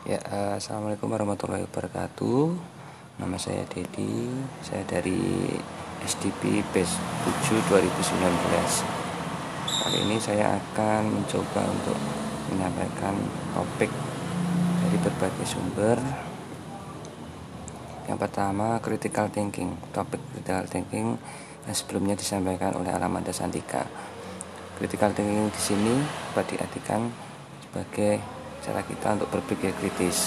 Ya, assalamualaikum warahmatullahi wabarakatuh. Nama saya Dedi. Saya dari SDP Batch 7 2019. Kali ini saya akan mencoba untuk menyampaikan topik dari berbagai sumber. Yang pertama, critical thinking. Topik critical thinking yang sebelumnya disampaikan oleh Alamanda Santika. Critical thinking di sini dapat diartikan sebagai cara kita untuk berpikir kritis.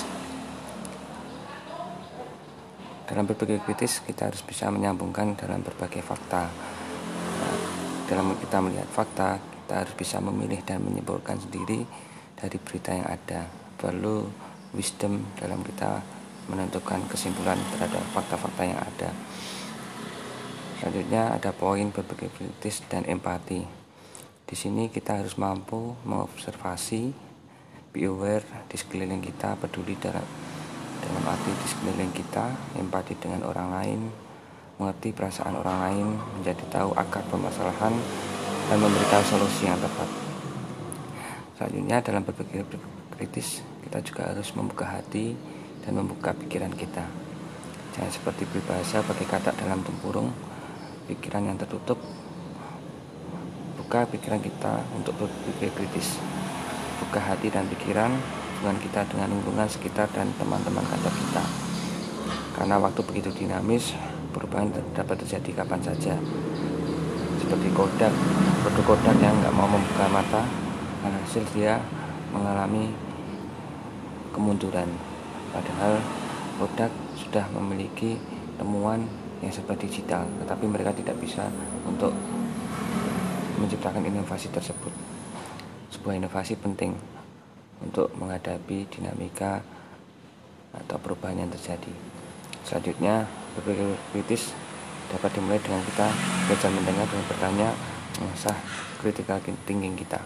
Dalam berpikir kritis, kita harus bisa menyambungkan dalam berbagai fakta. Dalam kita melihat fakta, kita harus bisa memilih dan menyimpulkan sendiri dari berita yang ada. Perlu wisdom dalam kita menentukan kesimpulan terhadap fakta-fakta yang ada. Selanjutnya ada poin berpikir kritis dan empati. Di sini kita harus mampu mengobservasi, be aware di sekeliling kita, peduli dalam arti di sekeliling kita, empati dengan orang lain, mengerti perasaan orang lain, menjadi tahu akar permasalahan, dan memberikan solusi yang tepat. Selanjutnya dalam berpikir kritis, kita juga harus membuka hati dan membuka pikiran kita. Jangan seperti peribahasa pakai kata dalam tempurung, pikiran yang tertutup. Buka pikiran kita untuk berpikir kritis. Buka hati dan pikiran hubungan kita dengan lingkungan sekitar dan teman-teman kantor kita. Karena waktu begitu dinamis, perubahan dapat terjadi kapan saja. Seperti produk Kodak yang nggak mau membuka mata, hasil dia mengalami kemunduran. Padahal Kodak sudah memiliki temuan yang serba digital, tetapi mereka tidak bisa untuk menciptakan inovasi tersebut. Sebuah inovasi penting untuk menghadapi dinamika atau perubahan yang terjadi. Selanjutnya, berpikir kritis dapat dimulai dengan kita belajar mendengar dan bertanya, mengasah critical thinking kita.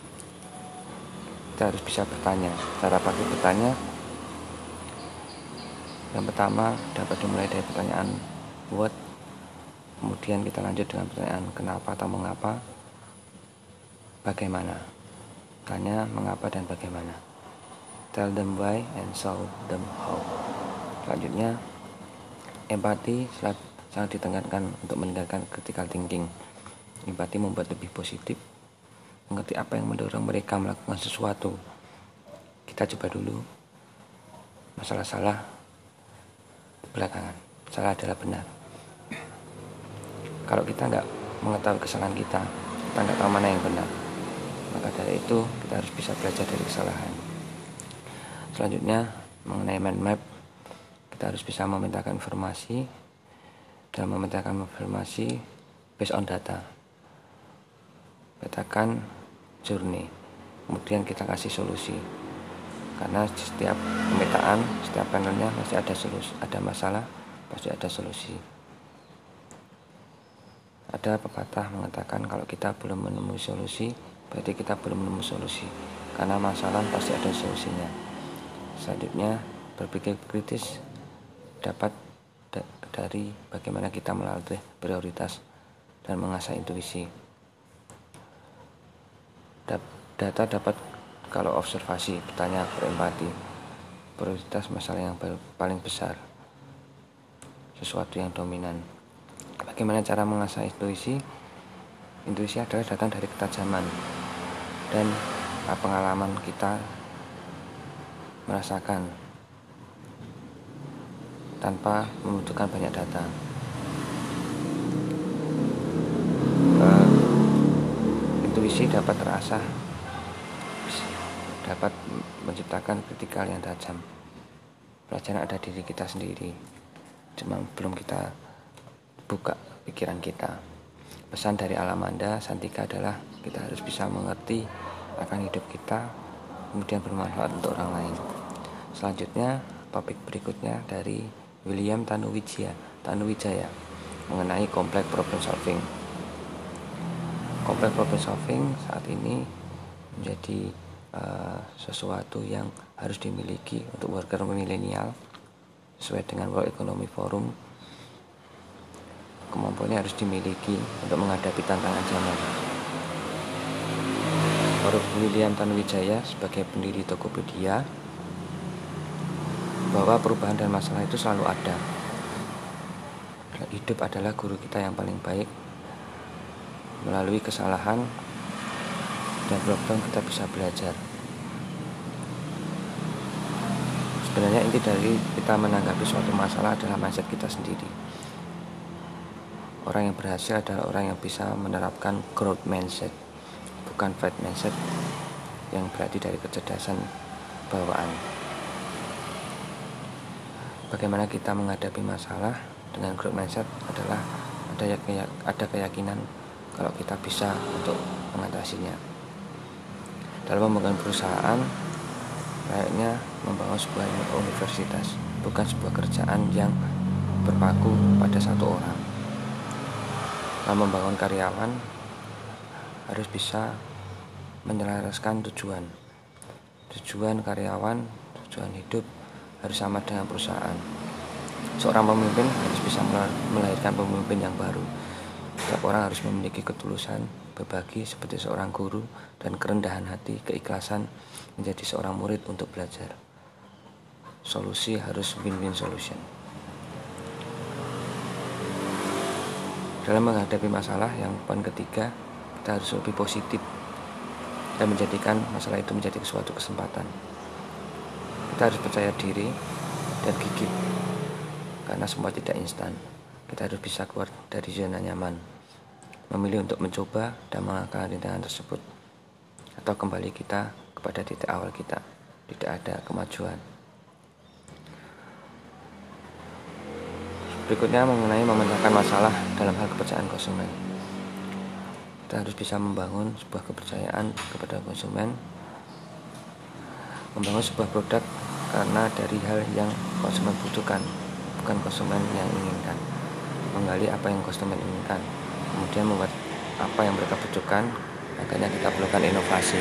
Kita harus bisa bertanya. Cara pakai bertanya, yang pertama dapat dimulai dari pertanyaan what, kemudian kita lanjut dengan pertanyaan kenapa atau mengapa, bagaimana. Tanya mengapa dan bagaimana. Tell them why and show them how. Selanjutnya, empati sangat ditekankan untuk meningkatkan critical thinking. Empati membuat lebih positif, mengerti apa yang mendorong mereka melakukan sesuatu. Kita coba dulu. Masalah salah belakangan, salah adalah benar. Kalau kita nggak mengetahui kesalahan kita nggak tahu mana yang benar. Maka dari itu kita harus bisa belajar dari kesalahan. Selanjutnya mengenai mind map, kita harus bisa memintakan informasi dan memintakan informasi based on data. Petakan journey, kemudian kita kasih solusi. Karena setiap pemetaan, setiap panelnya pasti ada solusi, ada masalah, pasti ada solusi. Ada pepatah mengatakan kalau kita belum menemui solusi, berarti kita belum menemukan solusi, karena masalah pasti ada solusinya. Selanjutnya, berpikir kritis dapat dari bagaimana kita melatih prioritas dan mengasah intuisi. Data dapat kalau observasi, bertanya, berempati, prioritas masalah yang paling besar, sesuatu yang dominan. Bagaimana cara mengasah intuisi? Intuisi adalah datang dari ketajaman dan pengalaman kita merasakan tanpa membutuhkan banyak data. Intuisi dapat terasah, dapat menciptakan kritikal yang tajam. Pelajaran ada diri kita sendiri, cuma belum kita buka pikiran kita. Pesan dari Alamanda Santika adalah kita harus bisa mengerti akan hidup kita, kemudian bermanfaat untuk orang lain. Selanjutnya, topik berikutnya dari William Tanuwijaya mengenai complex problem solving. Complex problem solving saat ini menjadi sesuatu yang harus dimiliki untuk worker milenial sesuai dengan World Economic Forum. Kemampuannya harus dimiliki untuk menghadapi tantangan zaman. William Tanuwijaya sebagai pendiri Tokopedia bahwa perubahan dan masalah itu selalu ada. Hidup adalah guru kita yang paling baik. Melalui kesalahan dan problem kita bisa belajar. Sebenarnya inti dari kita menanggapi suatu masalah adalah mindset kita sendiri. Orang yang berhasil adalah orang yang bisa menerapkan growth mindset, bukan fight mindset yang berarti dari kecerdasan bawaan. Bagaimana kita menghadapi masalah dengan growth mindset adalah ada keyakinan kalau kita bisa untuk mengatasinya. Dalam membangun perusahaan, layaknya membangun sebuah universitas, bukan sebuah kerjaan yang berpaku pada satu orang. Dalam membangun karyawan, harus bisa menyelaraskan tujuan karyawan, tujuan hidup harus sama dengan perusahaan. Seorang pemimpin harus bisa melahirkan pemimpin yang baru. Setiap orang harus memiliki ketulusan berbagi seperti seorang guru dan kerendahan hati, keikhlasan menjadi seorang murid untuk belajar. Solusi harus win-win solution. Dalam menghadapi masalah, yang poin ketiga, kita harus lebih positif dan menjadikan masalah itu menjadi suatu kesempatan. Kita harus percaya diri dan gigih, karena semua tidak instan. Kita harus bisa keluar dari zona nyaman, memilih untuk mencoba dan mengangkat rintangan tersebut, atau kembali kita kepada titik awal kita. Tidak ada kemajuan. Berikutnya mengenai memecahkan masalah dalam hal kepercayaan konsumen. Kita harus bisa membangun sebuah kepercayaan kepada konsumen, membangun sebuah produk karena dari hal yang konsumen butuhkan, bukan konsumen yang inginkan. Menggali apa yang konsumen inginkan, kemudian membuat apa yang mereka butuhkan. Akhirnya kita perlukan inovasi.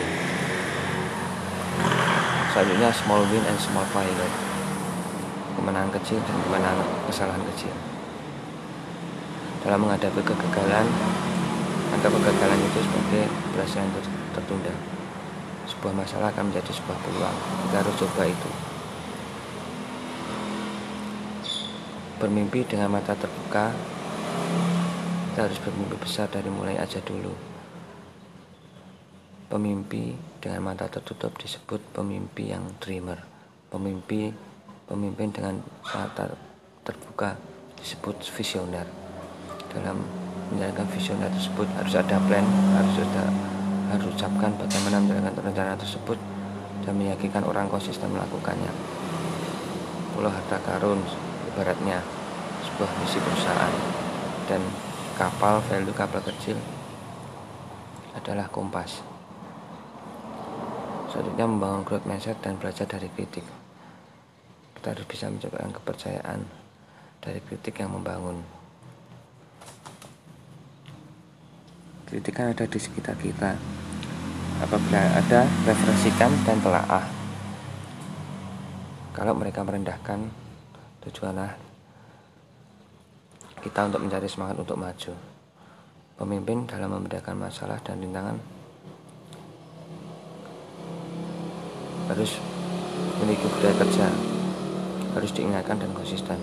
Selanjutnya small win and small failure, kemenangan kecil dan kemenangan kesalahan kecil. Dalam menghadapi kegagalan, anggap kegagalan itu sebagai keberhasilan tertunda. Sebuah masalah akan menjadi sebuah peluang. Kita harus coba itu. Bermimpi dengan mata terbuka. Kita harus bermimpi besar dari mulai aja dulu. Pemimpi dengan mata tertutup disebut pemimpi yang dreamer. Pemimpin dengan mata terbuka disebut visioner. Dalam menjalankan visioner tersebut harus ada plan, harus ucapkan bagaimana menjalankan rencana tersebut dan meyakinkan orang konsisten melakukannya. Pulau harta karun ibaratnya sebuah misi perusahaan, dan kapal kecil adalah kompas. Selanjutnya membangun growth mindset dan belajar dari kritik. Kita harus bisa menciptakan kepercayaan dari kritik yang membangun. Kritik kan ada di sekitar kita. Apabila ada, refleksikan dan telaah. Kalau mereka merendahkan, tujuanlah kita untuk mencari semangat untuk maju. Pemimpin dalam membedakan masalah dan rintangan harus memiliki budaya kerja, harus diingatkan dan konsisten.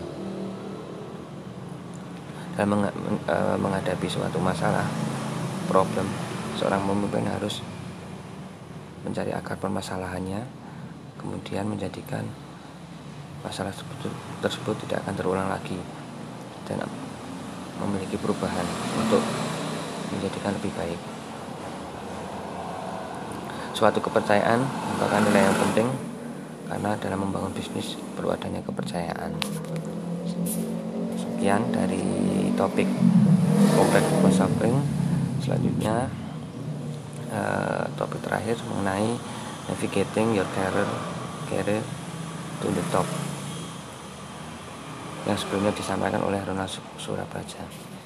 Dalam menghadapi suatu masalah, problem, seorang pemimpin harus mencari akar permasalahannya, kemudian menjadikan masalah tersebut tidak akan terulang lagi, dan memiliki perubahan untuk menjadikan lebih baik. Suatu kepercayaan merupakan nilai yang penting, karena dalam membangun bisnis perlu adanya kepercayaan. Sekian dari topik kompleks consulting. Selanjutnya topik terakhir mengenai navigating your career to the top, yang sebelumnya disampaikan oleh Ronald Surapraja.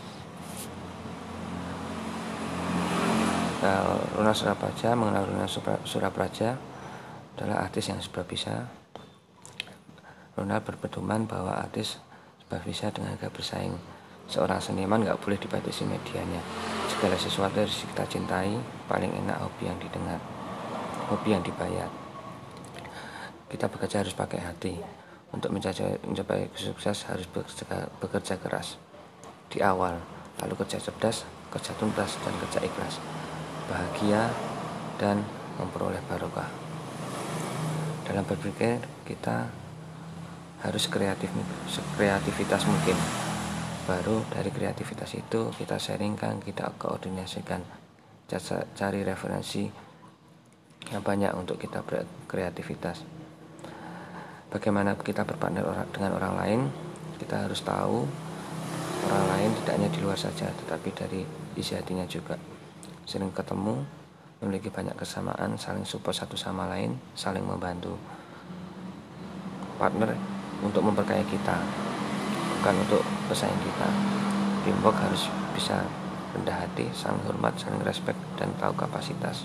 Ronald Surapraja, mengenal Ronald Surapraja adalah artis yang serba bisa. Ronald berpedoman bahwa artis serba bisa dengan gak bersaing. Seorang seniman gak boleh dibatasi medianya. Segala sesuatu harus kita cintai. Paling enak hobi yang didengar, hobi yang dibayar. Kita bekerja harus pakai hati. Untuk mencapai sukses harus bekerja keras di awal, lalu kerja cerdas, kerja tuntas, dan kerja ikhlas, bahagia, dan memperoleh barokah. Dalam berpikir kita harus kreativitas mungkin. Baru dari kreativitas itu kita sharingkan, kita koordinasikan, cari referensi yang banyak untuk kita berkreativitas. Bagaimana kita berpartner dengan orang lain, kita harus tahu orang lain tidak hanya di luar saja, tetapi dari isi hatinya juga. Sering ketemu, memiliki banyak kesamaan, saling support satu sama lain, saling membantu. Partner untuk memperkaya kita, bukan untuk bersaing kita. Teamwork harus bisa rendah hati, saling hormat, saling respect, dan tahu kapasitas.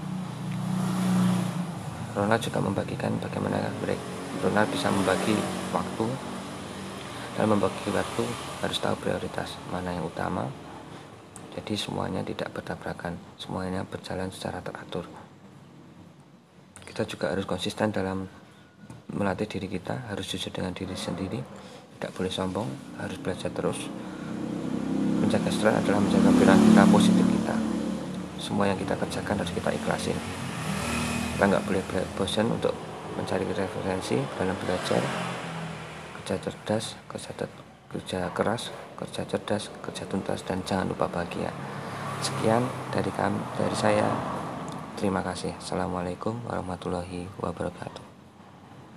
Ronald juga membagikan bagaimana Ronald bisa membagi waktu. Dalam membagi waktu harus tahu prioritas, mana yang utama. Jadi semuanya tidak bertabrakan, semuanya berjalan secara teratur. Kita juga harus konsisten dalam melatih diri kita, harus jujur dengan diri sendiri, tidak boleh sombong, harus belajar terus. Menjaga stres adalah menjaga pikiran kita, positif kita. Semua yang kita kerjakan harus kita ikhlasin. Kita nggak boleh bosan untuk mencari referensi dalam belajar. Kerja cerdas, kerja keras, kerja cerdas, kerja tuntas, dan jangan lupa bahagia. Sekian dari saya. Terima kasih. Assalamualaikum warahmatullahi wabarakatuh.